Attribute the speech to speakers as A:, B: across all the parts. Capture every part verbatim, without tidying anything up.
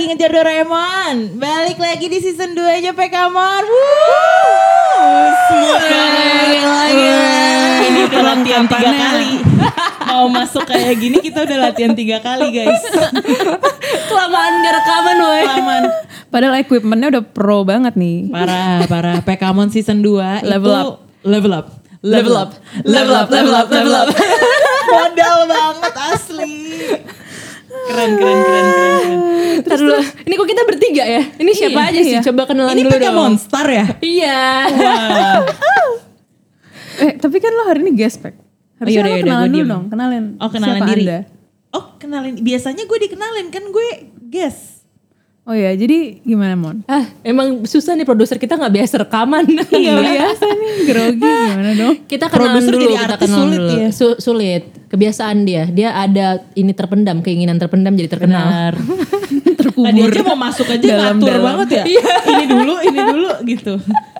A: ngejar Doraemon. Balik lagi di season dua-nya Pekamon. Smooth banget lagi. Ini udah latihan tiga kali. Mau masuk kayak gini kita udah latihan tiga kali guys.
B: Kelamaan gak rekaman woy.
A: Kelamaan.
C: Padahal equipmentnya udah pro banget nih.
A: Parah, parah. Pekamon season dua
C: Level
A: itu
C: up.
A: level up.
B: Level up. Level up, level up, level up.
A: Modal banget asli. Keren, keren, keren, keren, keren.
B: Terus dulu, ini kok kita bertiga ya? Ini siapa
C: Iya,
B: aja sih?
C: iya.
B: Coba kenalan
A: Ini
B: dulu
A: Peka
B: dong.
A: Monster ya?
B: Iya.
A: Wah.
C: Eh tapi kan lo hari ini guest pack. Harusnya
A: yaudah,
C: lo
A: yaudah,
C: kenalan
A: gue
C: dulu
A: diem.
C: dong. Kenalin.
A: Oh kenalan
C: siapa
A: diri.
C: Anda.
A: Oh kenalin. Biasanya gue dikenalin kan gue guest.
C: Oh ya jadi gimana Mon?
B: Ah, emang susah nih produser kita gak biasa rekaman.
C: Iya biasa nih grogi gimana dong?
B: Kita kenalan
A: Produser
B: dulu,
A: jadi
B: kita
A: artis
B: kenalan
A: sulit
B: dulu.
A: ya.
B: Su- sulit. Kebiasaan dia. Dia ada ini terpendam, keinginan terpendam jadi terkenal.
A: Benar.
C: Terkubur.
A: Tadi aja mau masuk aja ngatur
C: Dalam-dalam.
A: banget ya. Ini dulu, ini dulu gitu.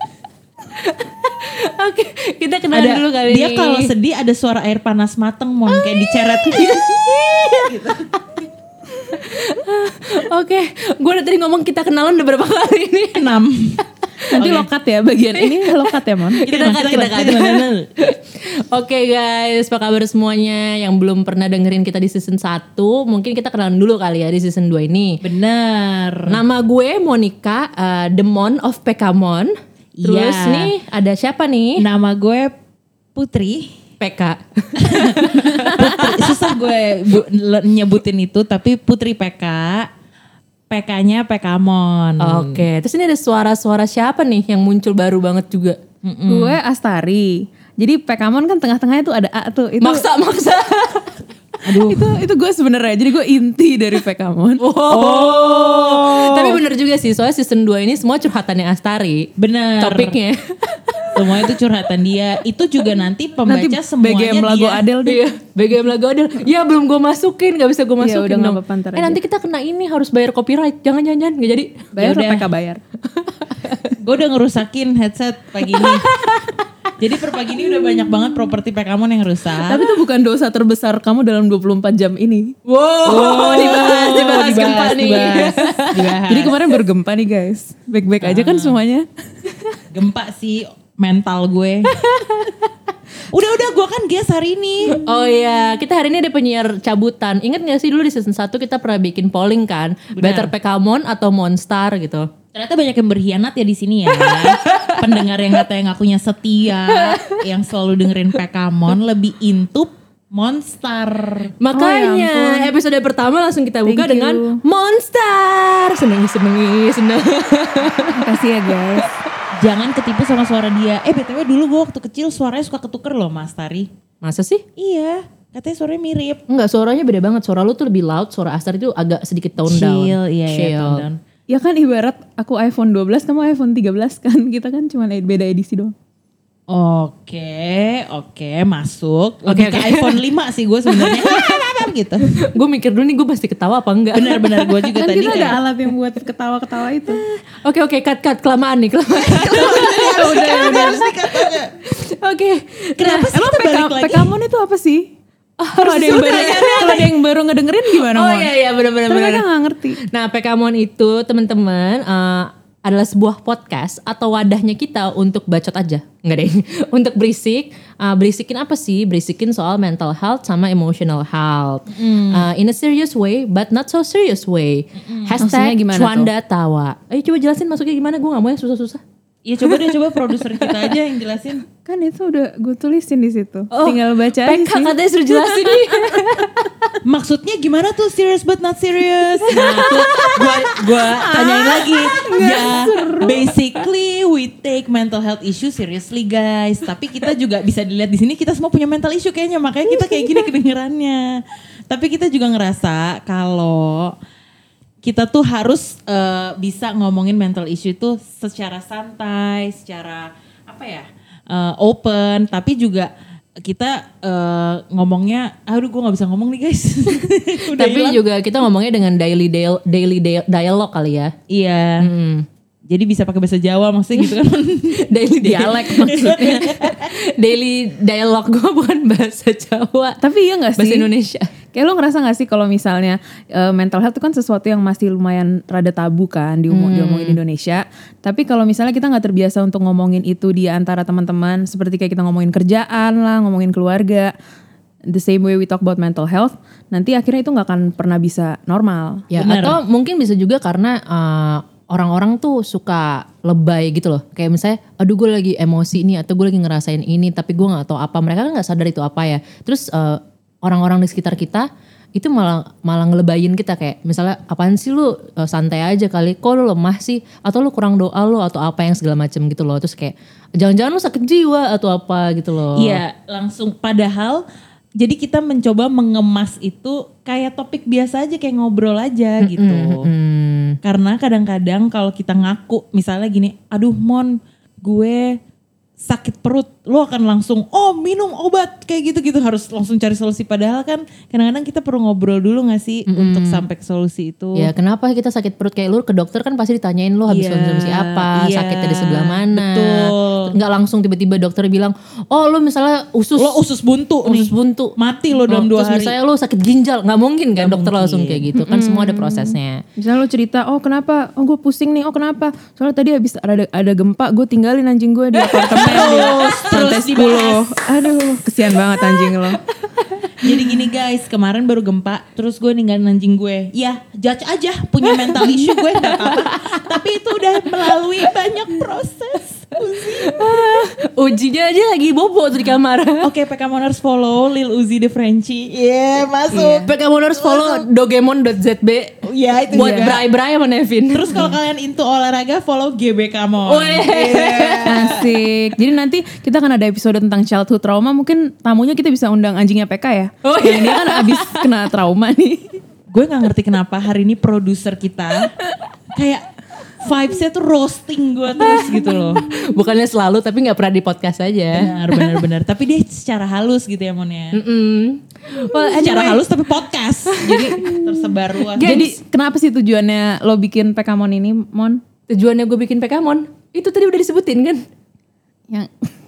B: Oke, kita kenalan
A: Ada,
B: dulu kali
A: dia
B: ini.
A: kalau sedih ada suara air panas mateng mon kayak diceret. Gitu.
B: Oke, gue udah tadi ngomong kita kenalan udah berapa kali ini.
A: Enam.
C: Nanti lokat ya bagian ini lokat ya Mon.
B: Kita cut, kita cut. Oke guys, apa kabar semuanya yang belum pernah dengerin kita di season satu. Mungkin kita kenalan dulu kali ya di season dua ini.
A: Benar.
B: Nama gue Monica, uh, The Mon of Pekamon. Terus
A: Iya.
B: nih ada siapa nih?
A: Nama gue Putri.
B: P K.
A: Putri. Susah gue bu, le- nyebutin itu tapi Putri P K. P K-nya Pekamon.
B: Oke, terus ini ada suara-suara siapa nih yang muncul baru banget juga?
C: Gue Astari. Jadi Pekamon kan tengah-tengahnya tuh ada A tuh. Itu,
B: Maksa-maksa.
C: Aduh. itu itu gue sebenarnya. Jadi gue inti dari Pekamon.
B: Oh. Tapi bener juga sih, soalnya season dua ini semua curhatannya Astari.
A: Bener.
B: Topiknya.
A: Semua itu curhatan dia. Itu juga nanti pembaca
C: Nanti
A: semuanya
C: B G M lagu
A: dia.
C: Adele deh.
B: Iya, B G M lagu Adele. Ya belum gue masukin, gak bisa gue masukin
C: udah, nggak
B: dong.
C: apa-apa, ntar
B: Eh
C: aja.
B: nanti kita kena ini harus bayar copyright. Jangan-jangan, gak jadi.
C: Bayar
A: Yaudah.
C: P K bayar.
A: Gue udah ngerusakin headset pagi ini. Jadi per pagi ini udah banyak banget properti Pekamon yang rusak.
C: Tapi itu bukan dosa terbesar kamu dalam dua puluh empat jam ini.
B: Wow,
A: Oh,
B: dibahas, dibahas, gempa
A: dibahas,
B: nih.
A: dibahas, dibahas.
C: Jadi kemarin bergempa nih guys. Baik-baik aja kan semuanya.
A: Gempa sih mental gue. Udah-udah gue kan guest hari ini.
B: Oh iya, kita hari ini ada penyiar cabutan. Ingat gak sih dulu di season satu kita pernah bikin polling kan? Better Pekamon atau Monstar gitu.
A: Ternyata banyak yang berkhianat ya di sini ya. Pendengar yang katanya ngakunya setia, yang selalu dengerin Pekamon lebih into Monster.
B: Makanya
C: Oh, ya ampun.
B: episode pertama langsung kita buka
C: Thank you.
B: dengan Monster. Seneng, seneng, seneng.
C: Makasih ya guys.
A: Jangan ketipu sama suara dia. Eh B T W dulu gue waktu kecil suaranya suka ketuker loh Mas Tari.
B: Masa sih?
A: Iya, katanya suaranya mirip.
B: Enggak, suaranya beda banget. Suara lu tuh lebih loud, suara Astar itu agak sedikit tone down.
A: Chill, iya, iya,
B: Chill.
A: tone down.
C: Ya kan ibarat aku iPhone dua belas, kamu iPhone tiga belas kan. Kita kan cuma beda edisi doang.
A: Oke, oke masuk.
B: Oke,
A: Lebih ke
B: oke.
A: iPhone lima sih gue sebenarnya. gitu.
B: Gue mikir dulu nih gue pasti ketawa apa enggak.
A: Benar-benar gue juga
C: Kan
A: tadi
C: kita ada
A: kayak.
C: alat yang buat ketawa-ketawa itu.
B: Oke oke cut cut kelamaan nih kelamaan.
A: udah, udah harus dikatanya.
B: Oke.
A: Kenapa sih
C: Emang
A: kita balik
C: Peka-
A: lagi?
C: Pekamon itu apa sih? Kalau ada yang baru, kalau ada yang baru ngedengerin gimana
B: Oh
C: Mon?
B: iya iya benar-benar.
C: Tapi mereka gak ngerti.
B: Nah, Pekamon itu teman-teman eh, adalah sebuah podcast atau wadahnya kita untuk bacot aja. Enggak deh. Untuk berisik. Eh, berisikin apa sih? Berisikin soal mental health sama emotional health. Eh, in a serious way but not so serious way. Hashtag
C: Maksudnya gimana
B: Cuanda Tawa. Ayo coba jelasin masuknya gimana? Gue gak mau yang susah-susah.
A: Iya coba deh coba produser kita aja yang jelasin.
C: Kan itu udah gue tulisin di situ.
B: Oh,
C: Tinggal baca aja
B: Peka
C: sih.
B: katanya suruh jelasin nih.
A: Maksudnya gimana tuh serious but not serious? Nah tuh gue gue tanyain lagi. Ya basically we take mental health issue seriously guys. Tapi kita juga bisa dilihat di sini kita semua punya mental issue kayaknya makanya kita kayak gini kedengerannya. Tapi kita juga ngerasa kalau kita tuh harus uh, bisa ngomongin mental issue itu secara santai, secara apa ya, uh, open, tapi juga kita uh, ngomongnya, aduh gue nggak bisa ngomong nih guys. Udah
B: Tapi
A: hilang.
B: juga kita ngomongnya dengan daily dial- daily dia- dialog kali ya.
A: Iya.
B: Hmm.
A: Jadi bisa pakai bahasa Jawa maksudnya gitu kan.
B: Daily dialek maksudnya. Daily dialog gue bukan bahasa Jawa.
C: Tapi iya gak sih?
B: Bahasa Indonesia.
C: Kayak lo ngerasa gak sih kalau misalnya uh, mental health itu kan sesuatu yang masih lumayan rada tabu kan diomong, hmm. diomongin di Indonesia. Tapi kalau misalnya kita gak terbiasa untuk ngomongin itu di antara teman-teman, seperti kayak kita ngomongin kerjaan lah, ngomongin keluarga, the same way we talk about mental health, nanti akhirnya itu gak akan pernah bisa normal.
B: Ya, atau mungkin bisa juga karena uh, orang-orang tuh suka lebay gitu loh. Kayak misalnya, aduh gue lagi emosi nih atau gue lagi ngerasain ini tapi gue gak tahu apa. Mereka kan gak sadar itu apa ya. Terus uh, orang-orang di sekitar kita itu malah malah ngelebayin kita. Kayak misalnya, apaan sih lu, uh, santai aja kali. Kok lu lemah sih? Atau lu kurang doa lu atau apa yang segala macem gitu loh. Terus kayak, jangan-jangan lu sakit jiwa atau apa gitu loh.
A: Iya, langsung padahal jadi kita mencoba mengemas itu kayak topik biasa aja, kayak ngobrol aja gitu. Mm-mm. Karena kadang-kadang kalau kita ngaku misalnya gini, aduh Mon gue sakit perut, lo akan langsung oh minum obat kayak gitu-gitu, harus langsung cari solusi. Padahal kan kadang-kadang kita perlu ngobrol dulu gak sih mm-hmm. untuk sampai ke solusi itu.
B: Ya kenapa kita sakit perut, kayak lu ke dokter kan pasti ditanyain lo habis yeah, konsumsi apa, yeah, sakitnya di sebelah mana.
A: Betul.
B: Gak langsung tiba-tiba dokter bilang, oh lu misalnya usus.
A: Lo usus buntu
B: usus
A: nih.
B: buntu.
A: Mati lo dalam oh, dua
B: terus hari. Terus misalnya lo sakit ginjal, gak mungkin kan gak dokter mungkin. Langsung kayak gitu. Kan mm-hmm. semua ada prosesnya.
C: Misalnya lo cerita, oh kenapa, oh gue pusing nih, oh kenapa. Soalnya tadi habis ada, ada gempa, gue tinggalin anjing gue di apartemen.
A: Terus dibahas.
C: Aduh, kesian banget anjing lo.
A: Jadi gini guys, kemarin baru gempa, terus gue ninggalin anjing gue. Ya, judge aja, punya mental issue gue gak apa-apa. Tapi itu udah melalui banyak proses. Uzi.
B: Ujinya aja lagi bobo tuh di kamar.
A: Oke, P K Moners follow Lil Uzi The Frenchie. Iya, yeah, masuk.
B: Yeah. P K Moners follow dogemon dot z b.
A: Iya, itu
B: buat
A: juga.
B: bray-bray sama Nevin.
A: Terus kalau kalian into olahraga, follow G B K Mon.
B: Oh, yeah.
C: Asik. Jadi nanti kita akan ada episode tentang childhood trauma. Mungkin tamunya kita bisa undang anjingnya P K ya.
B: Oh,
C: yang dia kan abis kena trauma nih.
A: Gue gak ngerti kenapa hari ini produser kita kayak vibesnya tuh roasting gue terus gitu loh.
B: Bukannya selalu, tapi gak pernah di podcast aja.
A: Benar, benar-benar. Tapi dia secara halus gitu ya Mon ya.
B: Well,
A: anyway. Secara halus tapi podcast. Jadi tersebar luas.
C: Jadi kenapa sih tujuannya lo bikin P K Mon ini, Mon?
B: Tujuannya gue bikin P K Mon, itu tadi udah disebutin kan?
C: Yang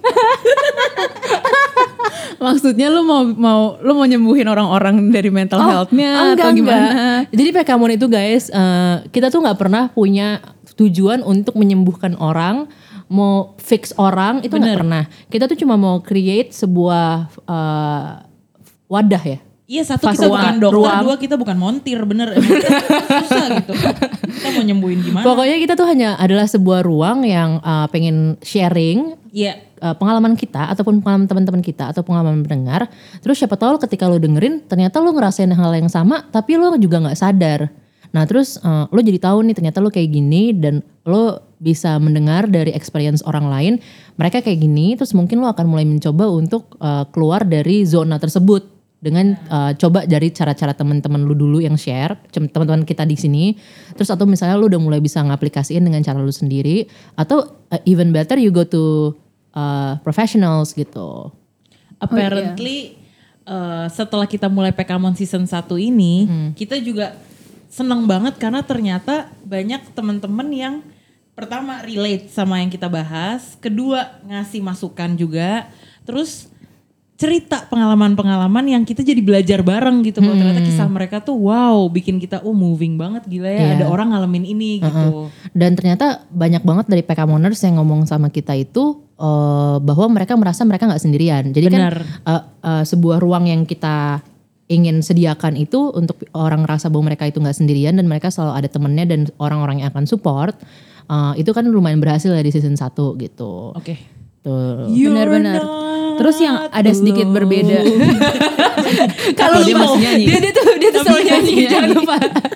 C: maksudnya lu mau mau lu mau nyembuhin orang-orang dari mental oh, health-nya
B: enggak,
C: atau gimana?
B: Enggak. Jadi P K Mon itu guys, uh, kita tuh nggak pernah punya tujuan untuk menyembuhkan orang, mau fix orang itu nggak pernah. Kita tuh cuma mau create sebuah uh, wadah ya.
A: Iya, satu Fas kita ruang, bukan dokter, ruang. Dua kita bukan montir, bener. Susah gitu. Kita mau nyembuhin gimana?
B: Pokoknya kita tuh hanya adalah sebuah ruang yang uh, pengen sharing
A: yeah.
B: uh, pengalaman kita ataupun pengalaman teman-teman kita atau pengalaman pendengar. Terus siapa tahu ketika lo dengerin ternyata lo ngerasain hal yang sama tapi lo juga gak sadar. Nah terus uh, lo jadi tahu nih ternyata lo kayak gini dan lo bisa mendengar dari experience orang lain. Mereka kayak gini, terus mungkin lo akan mulai mencoba untuk uh, keluar dari zona tersebut. Dengan uh, coba dari cara-cara teman-teman lu dulu yang share, teman-teman kita di sini. Terus atau misalnya lu udah mulai bisa ngaplikasiin dengan cara lu sendiri. Atau uh, even better you go to uh, professionals gitu.
A: Apparently oh, iya. uh, setelah kita mulai P K Mon season satu ini, hmm. kita juga seneng banget karena ternyata banyak teman-teman yang pertama relate sama yang kita bahas. Kedua ngasih masukan juga. Terus cerita pengalaman-pengalaman yang kita jadi belajar bareng gitu. Kalau hmm. ternyata kisah mereka tuh wow bikin kita oh moving banget gila ya. Yeah. Ada orang ngalamin ini gitu.
B: Uh-uh. Dan ternyata banyak banget dari P K Moners yang ngomong sama kita itu uh, bahwa mereka merasa mereka gak sendirian. Jadi Bener. kan uh, uh, sebuah ruang yang kita ingin sediakan itu untuk orang ngerasa bahwa mereka itu gak sendirian dan mereka selalu ada temennya dan orang-orang yang akan support. Uh, itu kan lumayan berhasil ya di season satu gitu.
A: Oke. Okay.
B: Tuh.
C: Benar-benar. Terus yang ada sedikit Hello. berbeda.
B: Kalau dia masih nyanyi. Dia, dia tuh dia tuh selalu nyanyi, jangan lupa.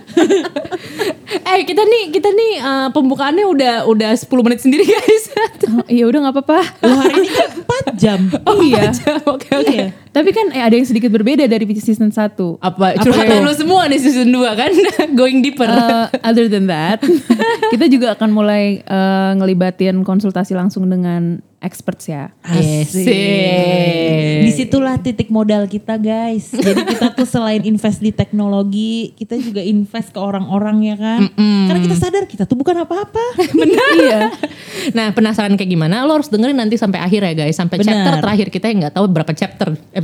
B: eh kita nih kita nih uh, pembukaannya udah udah sepuluh menit sendiri guys.
C: Oh, iya udah nggak apa-apa.
A: Loh hari ini kan empat jam.
C: Oh iya.
B: Oke oke.
C: Iya. Tapi kan eh, ada yang sedikit berbeda dari season satu.
B: Apa? Curhatan lu semua nih season dua kan. Going deeper. Uh,
C: other than that, kita juga akan mulai uh, ngelibatin konsultasi langsung dengan experts ya.
A: Asik. Disitulah titik modal kita guys. Jadi kita tuh selain invest di teknologi, kita juga invest ke orang-orang ya kan. Mm-mm. Karena kita sadar kita tuh bukan apa-apa.
B: Benar. Iya. Nah penasaran kayak gimana? Lo harus dengerin nanti sampai akhir ya guys. Sampai
A: Bener.
B: chapter terakhir kita yang gak tahu berapa chapter episode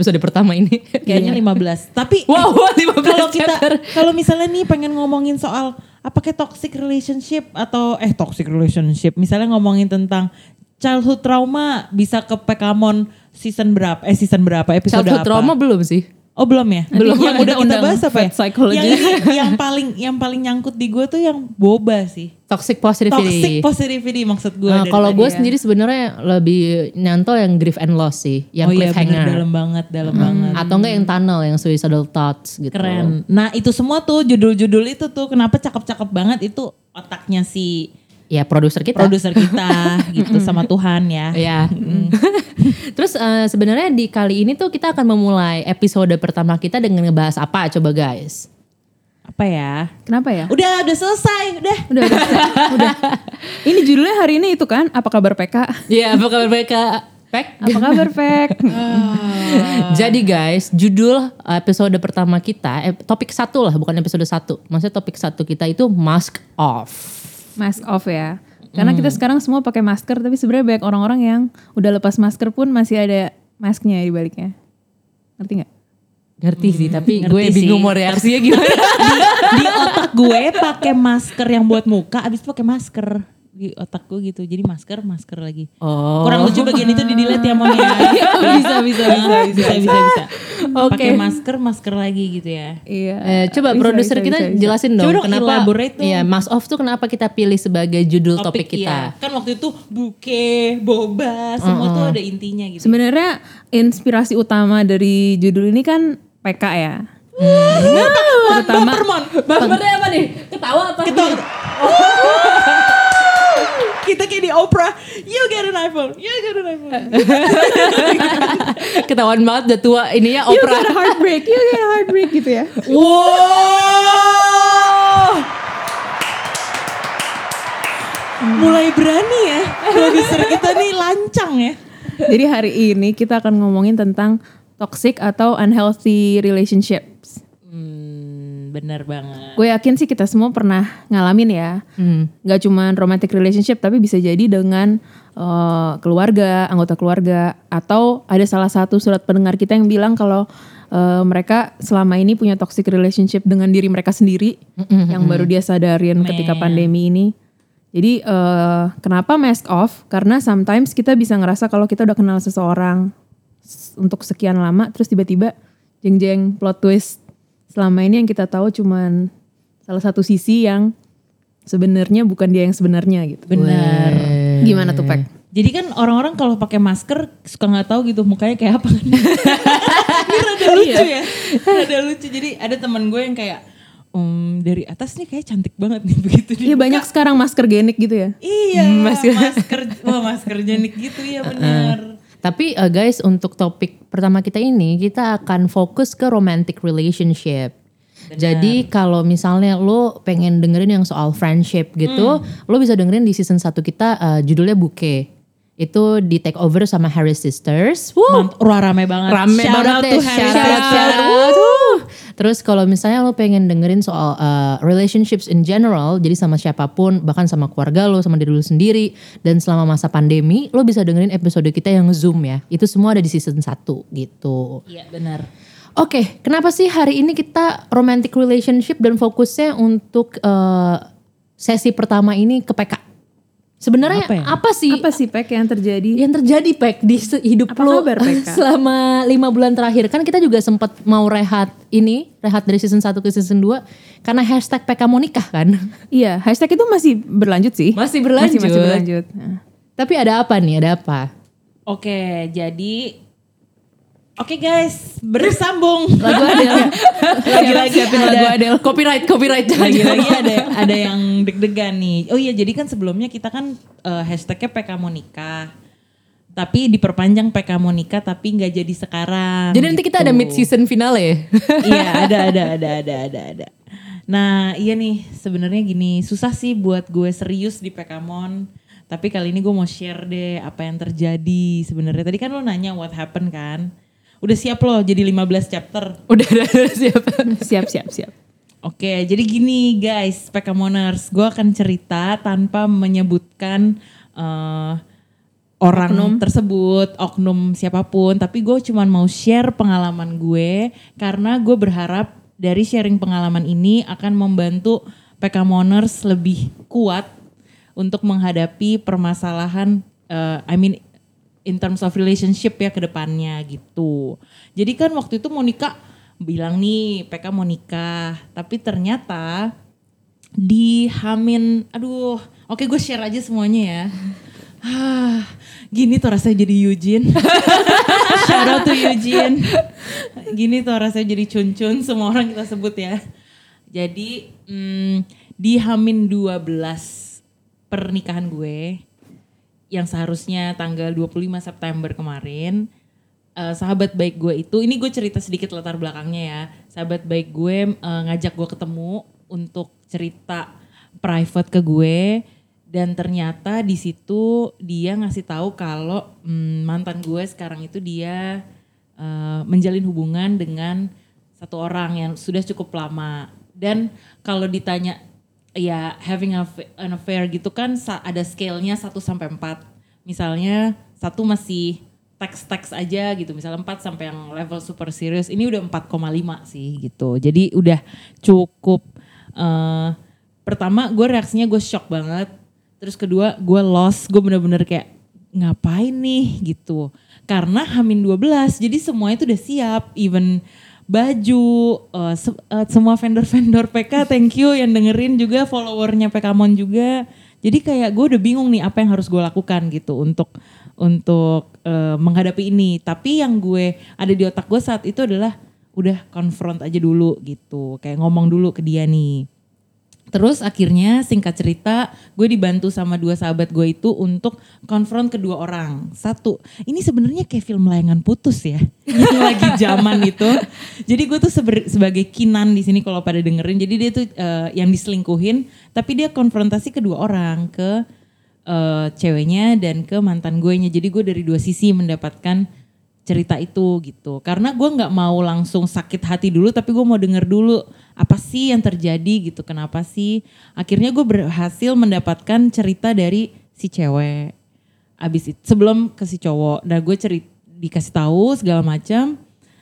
B: episode pertama ini.
A: Kayaknya lima belas. Tapi
B: Wow, lima belas
A: kalau kita
B: chapter.
A: kalau misalnya nih pengen ngomongin soal apa kayak toxic relationship atau eh toxic relationship, misalnya ngomongin tentang childhood trauma, bisa ke Pekamon season berapa? Eh season berapa? Episode
B: Childhood
A: apa?
B: trauma belum sih?
A: Oh belum ya?
C: Belum.
A: Yang udah kita
C: Undang
A: bahas apa ya?
C: vet psychology.
A: Yang ini yang paling yang paling nyangkut di gue tuh yang boba sih.
B: Toxic positivity.
A: Toxic positivity maksud gue.
B: Nah,
A: dari
B: kalau
A: tadi
B: gue
A: ya.
B: sendiri sebenarnya lebih nyantol yang grief and loss sih, yang
A: Oh iya bener,
B: cliffhanger.
A: dalam banget, dalam banget.
B: Atau enggak yang tunnel, yang suicidal thoughts gitu.
A: Keren. Nah itu semua tuh judul-judul itu tuh kenapa cakep-cakep banget itu otaknya si
B: Ya produser kita.
A: produser kita gitu sama Tuhan ya.
B: Ya. Terus eh, sebenarnya di kali ini tuh kita akan memulai episode pertama kita dengan ngebahas apa coba guys?
A: Apa ya?
C: Kenapa ya?
A: Udah, udah selesai, udah.
C: Udah, udah, udah. Ini judulnya hari ini itu kan, apa kabar P K?
B: Iya, apa kabar mereka? Pek?
C: Apa kabar Pek?
B: Jadi guys, judul episode pertama kita, eh, topik satu lah, bukan episode satu. Maksudnya topik satu kita itu mask off.
C: Mask off ya. Karena kita sekarang semua pakai masker, tapi sebenarnya banyak orang-orang yang udah lepas masker pun masih ada masknya di baliknya. Ngerti nggak?
B: Ngerti sih, tapi
A: ngerti
B: gue bingung
A: sih.
B: mau reaksinya gimana.
A: Di otak gue pakai masker yang buat muka, abis itu pakai masker di otak gue gitu. Jadi masker, masker lagi.
B: Oh.
A: Kurang lucu bagian itu di delete ya Mon ya.
C: bisa, bisa, bisa,
A: bisa, bisa, bisa.
B: Oke.
A: Pakai masker, masker lagi gitu ya.
C: Iya.
B: Eh, coba
C: Bisa,
B: produser
C: bisa,
B: kita
C: bisa, bisa.
B: jelasin dong
A: Coba dong,
B: kenapa
A: elaborate dong.
B: Iya, mask off tuh kenapa kita pilih sebagai judul topik,
A: iya.
B: kita.
A: Kan waktu itu buke, boba, semua tuh ada intinya gitu.
C: Sebenarnya inspirasi utama dari judul ini kan P K ya.
A: Terutama Mon.
B: Bumpernya apa nih? Ketawa apa?
A: Kita kita kayak di Oprah, you get an iPhone, you get an iPhone.
B: Ketahuan banget udah tua ininya
C: You
B: Oprah.
C: get a heartbreak, you get a heartbreak gitu ya.
A: Wow. Mulai berani ya, produser kita nih lancang ya.
C: Jadi hari ini kita akan ngomongin tentang toxic atau unhealthy relationships.
A: Hmm, bener banget.
C: Gue yakin sih kita semua pernah ngalamin ya.
B: Hmm.
C: Gak cuma romantic relationship tapi bisa jadi dengan uh, keluarga, anggota keluarga. Atau ada salah satu surat pendengar kita yang bilang kalau uh, mereka selama ini punya toxic relationship dengan diri mereka sendiri. Yang baru dia sadarin ketika pandemi ini. Jadi uh, kenapa mask off? Karena sometimes kita bisa ngerasa kalau kita udah kenal seseorang untuk sekian lama terus tiba-tiba jeng-jeng plot twist. Selama ini yang kita tahu cuman salah satu sisi yang sebenarnya bukan dia yang sebenarnya gitu.
A: Bener.
C: Gimana tuh Pek?
A: Jadi kan orang-orang kalau pakai masker suka nggak tahu gitu mukanya kayak apa kan. Ini rada lucu ya. Rada lucu. Jadi ada teman gue yang kayak um, dari atas nih kayak cantik banget nih begitu.
C: Iya banyak sekarang masker genik gitu ya.
A: Iya
B: Masker.
A: masker. Wah masker jenik gitu ya bener.
B: Tapi uh, guys, untuk topik pertama kita ini kita akan fokus ke romantic relationship. Jadi kalau misalnya lo pengen dengerin yang soal friendship gitu, lo bisa dengerin di season satu kita uh, judulnya Bouquet. Itu di take over sama Harris Sisters. Woo!
A: Mant- Wah rame banget.
B: Rame
A: Shout
B: banget
A: out
B: deh,
A: to
B: shout
A: Harry.
B: out, shout out. Wuh. Terus kalau misalnya lo pengen dengerin soal uh, relationships in general, jadi sama siapapun, bahkan sama keluarga lo, sama diri lo sendiri, dan selama masa pandemi, lo bisa dengerin episode kita yang Zoom ya. Itu semua ada di season satu gitu.
A: Iya benar.
B: Oke, kenapa sih hari ini kita romantic relationship dan fokusnya untuk uh, sesi pertama ini ke P K? Sebenarnya
A: Apa
B: apa,
A: ya?
B: sih
C: Apa sih Pek yang terjadi?
B: yang terjadi Pek di se- hidup
C: Apa
B: lo
C: kabar, Pek, Kak?
B: selama lima bulan terakhir? Kan kita juga sempat mau rehat ini, rehat dari season satu ke season dua karena hashtag P K mau nikah kan.
C: Iya, hashtag itu masih berlanjut sih.
B: Masih berlanjut.
C: Masih, masih berlanjut. Nah.
B: Tapi ada apa nih? Ada apa?
A: Oke jadi Oke guys, bersambung.
C: Lagu Adele.
A: Lagi-lagi
C: Siapin
A: ada
C: lagu Adele.
B: Copyright, copyright.
A: lagi-lagi ada ada yang deg-degan nih. Oh iya, jadi kan sebelumnya kita kan uh, hashtagnya P K mau nikah. Tapi diperpanjang P K mau nikah tapi nggak jadi sekarang.
B: Jadi nanti kita ada
A: gitu.
B: mid season finale.
A: Iya, ada ada ada ada ada ada. Nah, iya nih, sebenarnya gini, susah sih buat gue serius di Pekamon. Tapi kali ini gue mau share deh apa yang terjadi sebenarnya. Tadi kan lo nanya what happened kan? Udah siap lo jadi lima belas chapter.
B: Udah, udah, udah siap.
C: Siap, siap, siap.
A: Oke, jadi gini guys, Pekamoners, gue akan cerita tanpa menyebutkan uh, orang
C: Oknum.
A: tersebut, oknum siapapun, tapi gue cuman mau share pengalaman gue karena gue berharap dari sharing pengalaman ini akan membantu P K Moners lebih kuat untuk menghadapi permasalahan, uh, I mean in terms of relationship ya ke depannya gitu. Jadi kan waktu itu Monica bilang nih P K mau nikah, tapi ternyata di Hamin, aduh, oke gue share aja semuanya ya. Ah, gini tuh rasanya jadi Eugene. Shout out to Eugene. Gini tuh rasanya jadi Cun-Cun, semua orang kita sebut ya. Jadi hmm, di Hamin dua belas pernikahan gue yang seharusnya tanggal dua puluh lima September kemarin, uh, sahabat baik gue itu, ini gue cerita sedikit latar belakangnya ya. Sahabat baik gue uh, ngajak gue ketemu untuk cerita private ke gue. Dan ternyata di situ dia ngasih tahu kalau hmm, mantan gue sekarang itu dia uh, menjalin hubungan dengan satu orang yang sudah cukup lama. Dan kalau ditanya ya having a, an affair gitu kan ada scale-nya satu sampai empat. Misalnya satu masih teks-teks aja gitu. Misalnya empat sampai yang level super serius. Ini udah empat koma lima sih gitu. Jadi udah cukup. Uh, pertama gue reaksinya gue shock banget. Terus kedua gue lost, gue bener-bener kayak ngapain nih gitu. Karena Hamin dua belas jadi semua itu udah siap. Even baju, uh, se- uh, semua vendor-vendor P K thank you yang dengerin juga, followernya P K Mon juga. Jadi kayak gue udah bingung nih apa yang harus gue lakukan gitu untuk untuk uh, menghadapi ini. Tapi yang gue ada di otak gue saat itu adalah udah confront aja dulu gitu. Kayak ngomong dulu ke dia nih. Terus akhirnya singkat cerita gue dibantu sama dua sahabat gue itu untuk konfront kedua orang. Satu, ini sebenarnya kayak film Layangan Putus ya, yang lagi zaman itu. Jadi gue tuh seber, sebagai Kinan di sini kalau pada dengerin. Jadi dia tuh uh, yang diselingkuhin, tapi dia konfrontasi kedua orang, ke uh, ceweknya dan ke mantan gue nya. Jadi gue dari dua sisi mendapatkan cerita itu gitu. Karena gue gak mau langsung sakit hati dulu, tapi gue mau denger dulu apa sih yang terjadi gitu, kenapa sih. Akhirnya gue berhasil mendapatkan cerita dari si cewek. Abis itu sebelum ke si cowok, dan gue cerita dikasih tahu segala macam.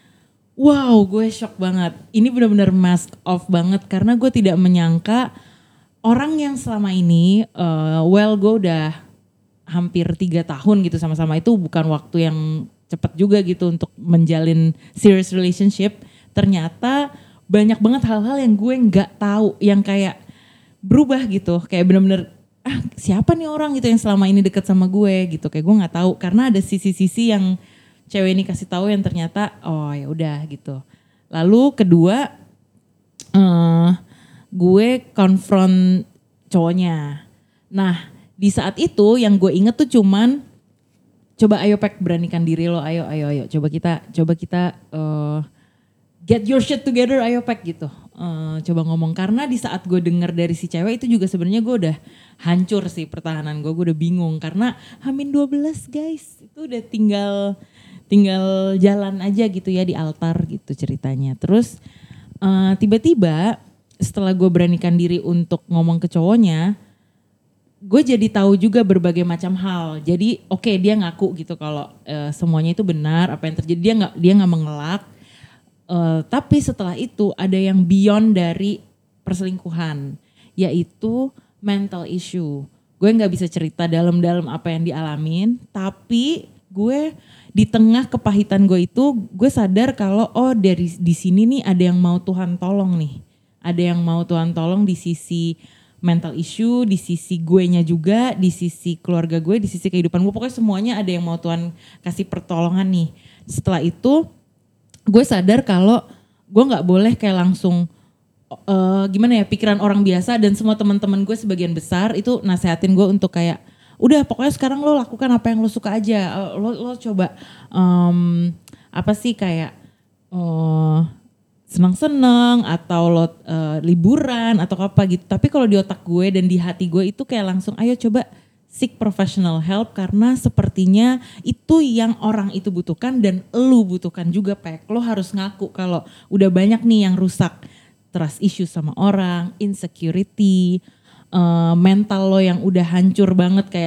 A: Wow, gue shock banget. Ini benar-benar mask off banget karena gue tidak menyangka orang yang selama ini, uh, well gue udah hampir tiga tahun gitu sama-sama, itu bukan waktu yang cepat juga gitu untuk menjalin serious relationship. Ternyata banyak banget hal-hal yang gue nggak tahu, yang kayak berubah gitu, kayak bener-bener ah siapa nih orang gitu yang selama ini deket sama gue gitu, kayak gue nggak tahu karena ada sisi-sisi yang cewek ini kasih tahu yang ternyata oh ya udah gitu. Lalu kedua uh, gue konfront cowoknya. Nah di saat itu yang gue inget tuh cuman coba ayo Pek, beranikan diri lo, ayo ayo ayo coba kita coba kita uh, get your shit together, ayo Pek gitu. Uh, coba ngomong, karena di saat gue denger dari si cewek itu juga sebenarnya gue udah hancur sih pertahanan gue, gue udah bingung karena Hamin dua belas guys, itu udah tinggal tinggal jalan aja gitu ya di altar gitu ceritanya. Terus uh, tiba-tiba setelah gue beranikan diri untuk ngomong ke cowoknya, gue jadi tahu juga berbagai macam hal. Jadi oke okay, dia ngaku gitu kalau uh, semuanya itu benar apa yang terjadi, dia nggak dia nggak mengelak. Uh, tapi setelah itu ada yang beyond dari perselingkuhan, yaitu mental issue. Gue nggak bisa cerita dalam-dalam apa yang dialamin, tapi gue di tengah kepahitan gue itu, gue sadar kalau oh dari di sini nih ada yang mau Tuhan tolong nih, ada yang mau Tuhan tolong di sisi mental issue, di sisi gue nya juga, di sisi keluarga gue, di sisi kehidupan gue, pokoknya semuanya ada yang mau Tuhan kasih pertolongan nih. Setelah itu gue sadar kalau gue nggak boleh kayak langsung uh, gimana ya, pikiran orang biasa, dan semua teman-teman gue sebagian besar itu nasehatin gue untuk kayak udah pokoknya sekarang lo lakukan apa yang lo suka aja, lo lo coba um, apa sih kayak uh, senang-senang atau lo uh, liburan atau apa gitu. Tapi kalau di otak gue dan di hati gue itu kayak langsung ayo coba seek professional help, karena sepertinya itu yang orang itu butuhkan dan lu butuhkan juga Pek. Lo harus ngaku kalau udah banyak nih yang rusak, trust issue sama orang, insecurity, uh, mental lo yang udah hancur banget, kayak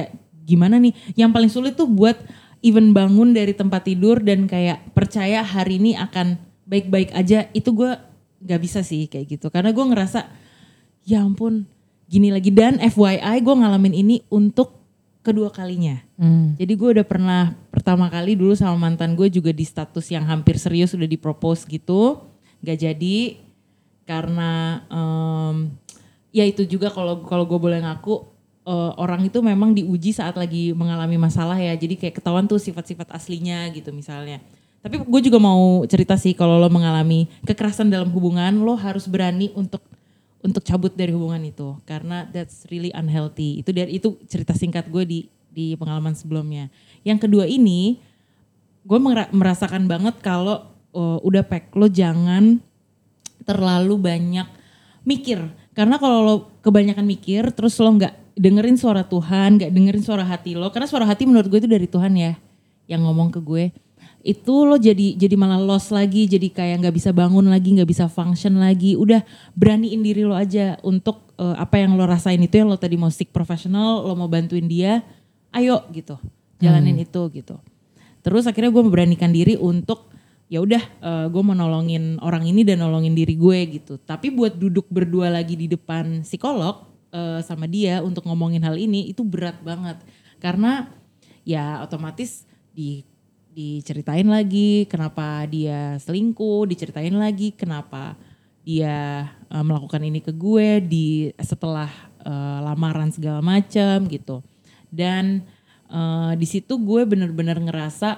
A: gimana nih. Yang paling sulit tuh buat even bangun dari tempat tidur dan kayak percaya hari ini akan baik-baik aja. Itu gue gak bisa sih kayak gitu. Karena gue ngerasa ya ampun gini lagi. Dan F Y I gue ngalamin ini untuk kedua kalinya. Hmm. Jadi gue udah pernah pertama kali dulu sama mantan gue juga di status yang hampir serius udah dipropose gitu. Gak jadi karena um, ya itu juga kalau kalau gue boleh ngaku. Uh, orang itu memang diuji saat lagi mengalami masalah ya. Jadi kayak ketahuan tuh sifat-sifat aslinya gitu misalnya. Tapi gue juga mau cerita sih kalau lo mengalami kekerasan dalam hubungan, lo harus berani untuk untuk cabut dari hubungan itu. Karena that's really unhealthy. Itu dari itu cerita singkat gue di di pengalaman sebelumnya. Yang kedua ini, gue merasakan banget kalau uh, udah pack, lo jangan terlalu banyak mikir. Karena kalau lo kebanyakan mikir, terus lo gak dengerin suara Tuhan, gak dengerin suara hati lo. Karena suara hati menurut gue itu dari Tuhan ya, yang ngomong ke gue. Itu lo jadi jadi malah lost lagi, jadi kayak gak bisa bangun lagi, gak bisa function lagi. Udah beraniin diri lo aja untuk uh, apa yang lo rasain itu, yang lo tadi mau seek profesional, lo mau bantuin dia, ayo gitu, jalanin hmm. itu gitu. Terus akhirnya gue memberanikan diri untuk ya udah uh, gue mau nolongin orang ini dan nolongin diri gue gitu. Tapi buat duduk berdua lagi di depan psikolog uh, sama dia untuk ngomongin hal ini itu berat banget. Karena ya otomatis di diceritain lagi kenapa dia selingkuh, diceritain lagi kenapa dia uh, melakukan ini ke gue di setelah uh, lamaran segala macam gitu. Dan uh, di situ gue benar-benar ngerasa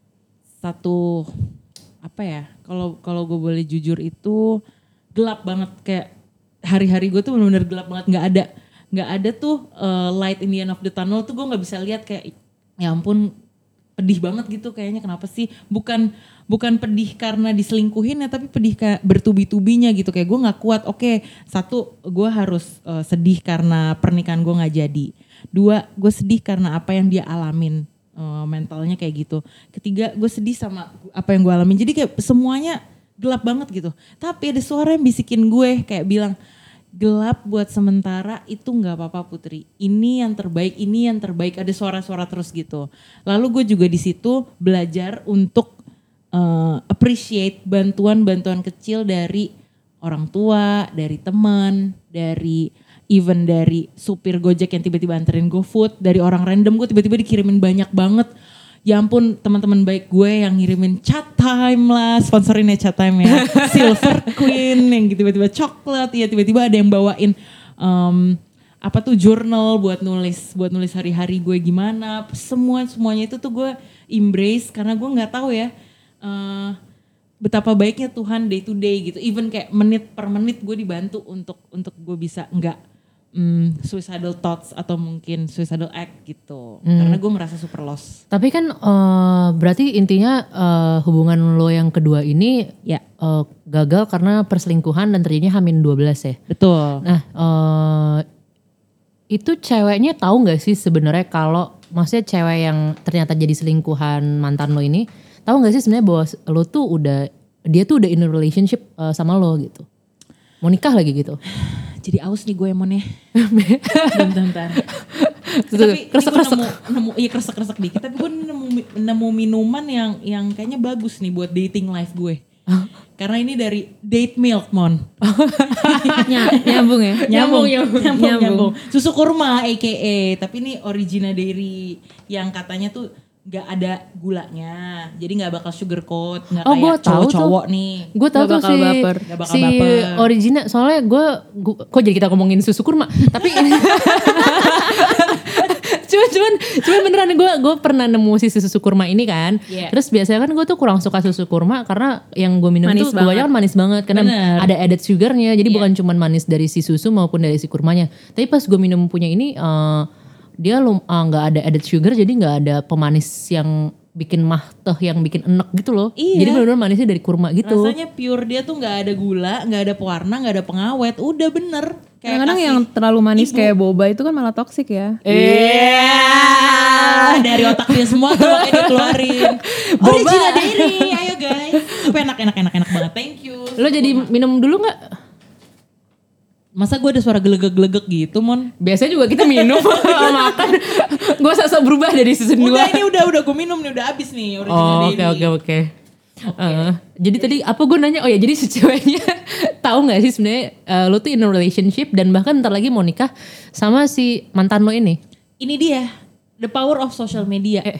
A: satu apa ya, kalau kalau gue boleh jujur itu gelap banget, kayak hari-hari gue tuh benar-benar gelap banget, nggak ada nggak ada tuh uh, light in the end of the tunnel tuh gue nggak bisa lihat, kayak ya ampun pedih banget gitu kayaknya, kenapa sih, bukan bukan pedih karena diselingkuhin ya, tapi pedih kayak bertubi-tubinya gitu, kayak gue nggak kuat. Oke, satu gue harus uh, sedih karena pernikahan gue nggak jadi, dua gue sedih karena apa yang dia alamin. Uh, mentalnya kayak gitu. Ketiga, gue sedih sama apa yang gue alamin. Jadi kayak semuanya gelap banget gitu. Tapi ada suara yang bisikin gue kayak bilang, gelap buat sementara itu gak apa-apa Putri. Ini yang terbaik, ini yang terbaik. Ada suara-suara terus gitu. Lalu gue juga di situ belajar untuk uh, appreciate bantuan-bantuan kecil dari orang tua, dari teman, dari even dari supir Gojek yang tiba-tiba anterin GoFood, dari orang random gue tiba-tiba dikirimin banyak banget. Ya ampun, teman-teman baik gue yang ngirimin Chat Time lah, sponsorin ya Chat Time ya. Silver Queen yang tiba-tiba coklat, ya tiba-tiba ada yang bawain um, apa tuh journal buat nulis, buat nulis hari-hari gue gimana. Semua semuanya itu tuh gue embrace karena gue nggak tahu ya uh, betapa baiknya Tuhan day to day gitu. Even kayak menit per menit gue dibantu untuk untuk gue bisa nggak Hmm, suicidal thoughts atau mungkin suicidal act gitu. Hmm. Karena gue merasa super lost.
B: Tapi kan uh, berarti intinya uh, hubungan lo yang kedua ini ya uh, gagal karena perselingkuhan dan terjadinya hamil dua belas ya?
A: Betul.
B: Nah uh, itu ceweknya tahu gak sih sebenarnya kalau maksudnya cewek yang ternyata jadi selingkuhan mantan lo ini tahu gak sih sebenarnya bahwa lo tuh udah, dia tuh udah in a relationship uh, sama lo gitu? Mau nikah lagi gitu?
A: Jadi aus nih gue emonnya. Bentar-bentar. Tapi kresek-kresek. Nemu, nemu, iya kresek-kresek dikit. Tapi gue nemu, nemu minuman yang yang kayaknya bagus nih buat dating life gue. Karena ini dari Date Milk, Mon.
C: Nyambung ya?
A: Nyambung, nyambung, nyambung, nyambung. Susu kurma A K A. Tapi ini Origina Dairy yang katanya tuh gak ada gulanya, jadi gak bakal sugar coat, gak
B: oh,
A: kayak cowok-cowok nih.
B: Gue tau tuh si,
C: baper.
A: Gak bakal
B: si
A: baper.
B: Origina, soalnya gue, kok jadi kita ngomongin susu kurma, tapi cuman, cuman, cuman beneran gue gue pernah nemu si susu kurma ini kan, yeah. Terus biasanya kan gue tuh kurang suka susu kurma karena yang gue minum manis tuh kebanyakan manis banget, karena bener. Ada added sugarnya, jadi yeah. Bukan cuma manis dari si susu maupun dari si kurmanya. Tapi pas gue minum punya ini, uh, dia nggak uh, ada added sugar, jadi nggak ada pemanis yang bikin mahteh, yang bikin enek gitu loh.
A: Iya.
B: Jadi benar-benar manisnya dari kurma gitu.
A: Rasanya pure, dia tuh nggak ada gula, nggak ada pewarna, nggak ada pengawet, udah bener.
C: Kadang-kadang yang terlalu manis ibu. Kayak boba itu kan malah toksik ya.
A: Iya, yeah. Dari otak dia semua tuh makanya dikeluarin. Origina Dairy, ayo guys. Tapi enak, enak, enak, enak banget. Thank you.
B: Lo jadi minum dulu nggak?
A: Masa gue ada suara gelegek-gelegek gitu, Mon?
B: Biasanya juga kita minum makan. Gue sosok berubah dari season dua.
A: Udah ini udah udah gue minum nih, udah habis nih original
B: Oh,
A: Denny.
B: oke oke oke. Uh, jadi tadi apa gue nanya, oh ya jadi si ceweknya tahu nggak sih sebenarnya uh, lo tuh in a relationship dan bahkan ntar lagi mau nikah sama si mantan lo ini.
A: Ini dia, the power of social media.
B: Eh.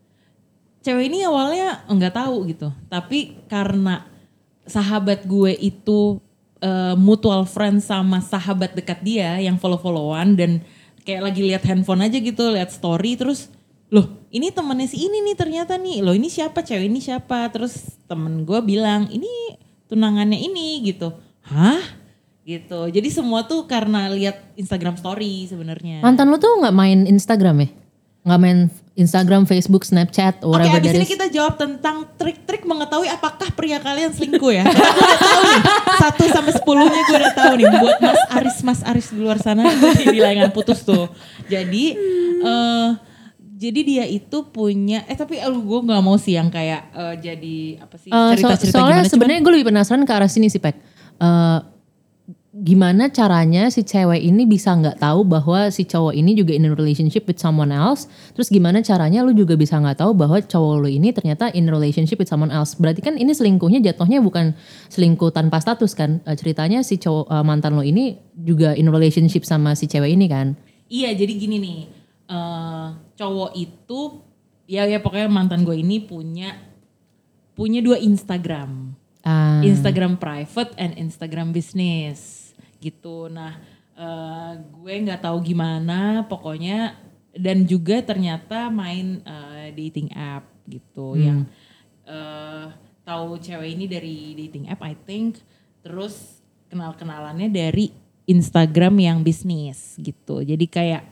A: Cewek ini awalnya nggak tahu gitu, tapi karena sahabat gue itu uh, mutual friend sama sahabat dekat dia yang follow-followan dan kayak lagi lihat handphone aja gitu, lihat story terus, loh ini temennya si ini nih ternyata nih, loh ini siapa, cewek ini siapa, terus temen gue bilang ini tunangannya ini gitu, hah? Gitu, jadi semua tuh karena lihat Instagram story sebenarnya.
B: Mantan lo tuh nggak main Instagram ya? Nggak main Instagram, Facebook, Snapchat,
A: Oke,
B: whatever
A: abis
B: that
A: ini
B: is.
A: kita jawab tentang trik-trik mengetahui apakah pria kalian selingkuh ya. Gue udah tahu nih, satu sampai sepuluhnya gue udah tahu nih. Buat Mas Aris, Mas Aris di luar sana di layangan putus tuh. Jadi, uh, jadi dia itu punya, eh tapi aduh gue nggak mau sih yang kayak uh, jadi apa sih
B: Uh, so-
A: cerita-cerita
B: soalnya
A: gimana.
B: sebenarnya gue lebih penasaran ke arah sini sih Pek. Uh, gimana caranya si cewek ini bisa nggak tahu bahwa si cowok ini juga in a relationship with someone else. Terus gimana caranya lu juga bisa nggak tahu bahwa cowok lu ini ternyata in a relationship with someone else. Berarti kan ini selingkuhnya jatuhnya bukan selingkuh tanpa status kan. Uh, ceritanya si cowok uh, mantan lo ini juga in a relationship sama si cewek ini kan.
A: Iya, jadi gini nih, uh, cowok itu ya ya pokoknya mantan gue ini punya punya dua Instagram.
B: Ah.
A: Instagram private and Instagram business gitu. Nah, uh, gue nggak tahu gimana, pokoknya dan juga ternyata main uh, dating app gitu,
B: Hmm.
A: yang uh, tahu cewek ini dari dating app, I think. Terus kenal-kenalannya dari Instagram yang bisnis gitu. Jadi kayak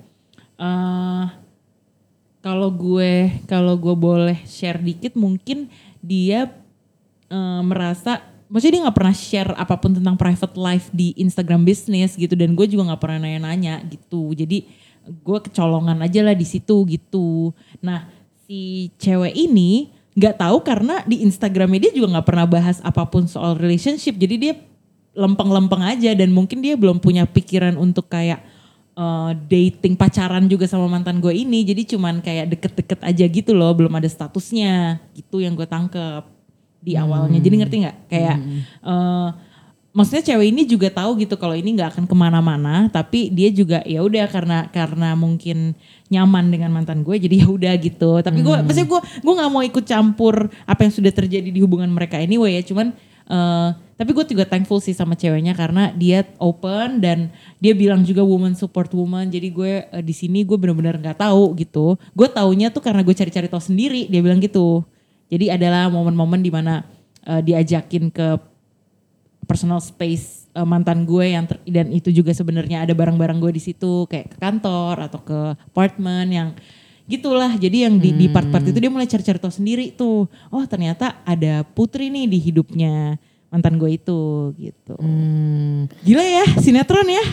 A: uh, kalau gue kalau gue boleh share dikit, mungkin dia uh, merasa maksudnya dia gak pernah share apapun tentang private life di Instagram business gitu, dan gue juga gak pernah nanya-nanya gitu. Jadi gue kecolongan aja lah di situ gitu. Nah si cewek ini gak tahu karena di Instagramnya dia juga gak pernah bahas apapun soal relationship. Jadi dia lempeng-lempeng aja dan mungkin dia belum punya pikiran untuk kayak uh, dating pacaran juga sama mantan gue ini. Jadi cuman kayak deket-deket aja gitu loh, belum ada statusnya gitu yang gue tangkep di awalnya. Jadi ngerti nggak kayak hmm. uh, maksudnya cewek ini juga tahu gitu kalau ini nggak akan kemana-mana, tapi dia juga ya udah karena karena mungkin nyaman dengan mantan gue jadi ya udah gitu. Tapi gue hmm. maksudnya gue gue nggak mau ikut campur apa yang sudah terjadi di hubungan mereka anyway ya, cuman uh, tapi gue juga thankful sih sama ceweknya karena dia open dan dia bilang juga woman support woman. Jadi gue uh, di sini gue benar-benar nggak tahu gitu. Gue taunya tuh karena gue cari-cari tahu sendiri, dia bilang gitu. Jadi adalah momen-momen dimana uh, diajakin ke personal space uh, mantan gue yang ter, dan itu juga sebenarnya ada barang-barang gue di situ kayak ke kantor atau ke apartemen yang gitulah. Jadi yang di, hmm. di part-part itu dia mulai cari-cari tahu sendiri tuh. Oh ternyata ada Putri nih di hidupnya mantan gue itu gitu.
B: Hmm.
A: Gila ya sinetron ya.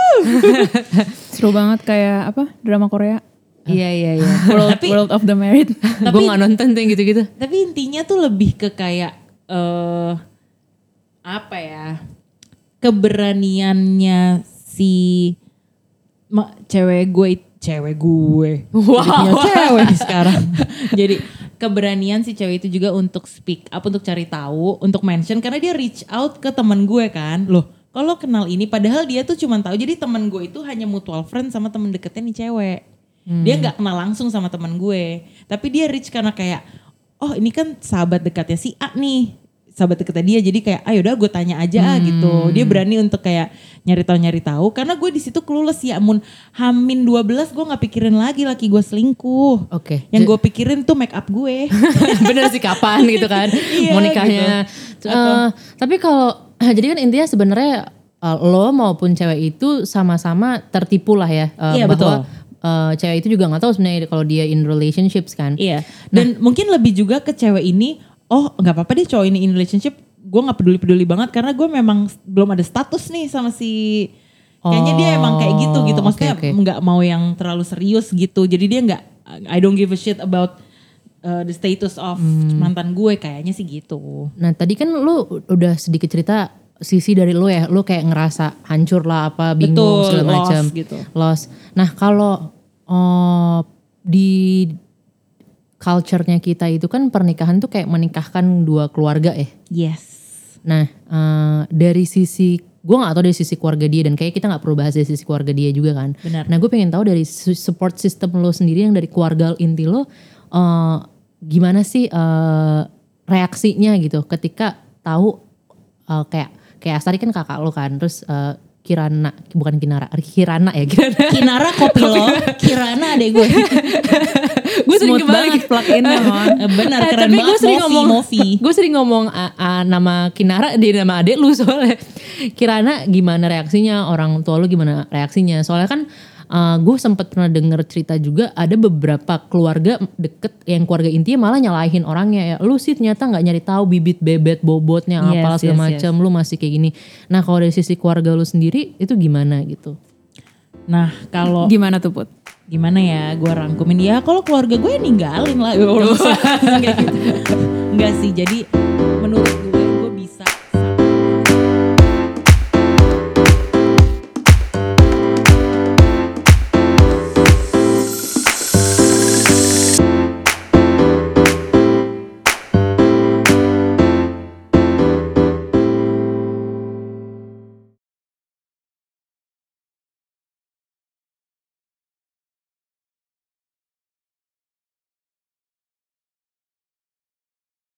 C: Seru banget kayak apa drama Korea.
A: Iya iya iya.
C: World,
A: Tapi
C: World of the Married.
B: Gue gak nonton tuh yang gitu-gitu.
A: Tapi intinya tuh lebih ke kayak uh, apa ya, keberaniannya si ma, cewek gue, cewek gue,
B: wow.
A: punya cewek sekarang. Jadi keberanian si cewek itu juga untuk speak up, untuk cari tahu, untuk mention karena dia reach out ke teman gue kan, loh. Kalau kenal ini, padahal dia tuh cuma tahu. Jadi teman gue itu hanya mutual friend sama teman deketnya nih cewek. Hmm. Dia nggak kenal langsung sama teman gue, tapi dia reach karena kayak, oh ini kan sahabat dekatnya si A nih, sahabat dekatnya dia. Jadi kayak, ayo udah gue tanya aja hmm. gitu. Dia berani untuk kayak nyari tahu nyari tahu. Karena gue di situ clueless ya, amun hamin dua belas gue nggak pikirin lagi laki gue selingkuh.
B: Oke.
A: Okay. Yang gue pikirin tuh make up gue.
B: Bener sih kapan gitu kan,
A: iya,
B: mau nikahnya.
A: Gitu.
B: Uh, tapi kalau jadi kan intinya sebenarnya uh, lo maupun cewek itu sama-sama tertipu lah ya. Uh,
A: iya
B: bahwa,
A: betul.
B: Uh, cewek itu juga nggak tahu sebenarnya kalau dia in relationships kan.
A: Iya. Dan nah, mungkin lebih juga ke cewek ini, oh nggak apa-apa deh cowok ini in relationship, gue nggak peduli-peduli banget karena gue memang belum ada status nih sama si. Kayaknya dia emang kayak gitu gitu. Maksudnya nggak okay, okay. mau yang terlalu serius gitu. Jadi dia nggak, I don't give a shit about uh, the status of hmm. mantan gue, kayaknya sih gitu.
B: Nah tadi kan lu udah sedikit cerita sisi dari lo ya, lo kayak ngerasa hancur lah apa, bingung
A: Betul,
B: segala macam,
A: lost gitu.
B: lost. Nah kalau uh, di culture-nya kita itu kan pernikahan tuh kayak menikahkan dua keluarga ya.
A: Yes.
B: Nah uh, dari sisi, gue gak tahu dari sisi keluarga dia, dan kayak kita gak perlu bahas dari sisi keluarga dia juga kan.
A: Benar.
B: Nah gue pengen tahu dari support system lo sendiri yang dari keluarga inti lo, uh, gimana sih uh, reaksinya gitu ketika tahu uh, kayak kayak Astari kan kakak lo kan, terus uh, Kirana, bukan Kinara, Kirana ya Kirana.
A: Kinara kopi lo, Kirana adek gue.
B: Gue sering
C: Smooth
B: kebalik.
C: banget plug-in-nya, Mon.
A: Benar,
B: Eh,
A: keren
B: tapi
A: banget.
B: gue sering
A: Mofi,
B: ngomong,
A: Mofi.
B: gue sering ngomong uh, uh, nama Kinara di nama adek lu soalnya. Kirana gimana reaksinya, orang tua lu gimana reaksinya? Soalnya kan uh, gue sempat pernah denger cerita juga ada beberapa keluarga deket yang keluarga intinya malah nyalahin orangnya ya. Lu sih ternyata nggak nyari tahu bibit bebet bobotnya
A: Yes,
B: apalah segala
A: yes,
B: macam. Lu masih kayak gini. Nah kalau dari sisi keluarga lu sendiri itu gimana gitu?
A: Nah kalau
C: Gimana tuh Put?
A: gimana ya gue rangkumin ya, kalau keluarga gue ninggalin lah. Enggak gitu. Enggak sih, jadi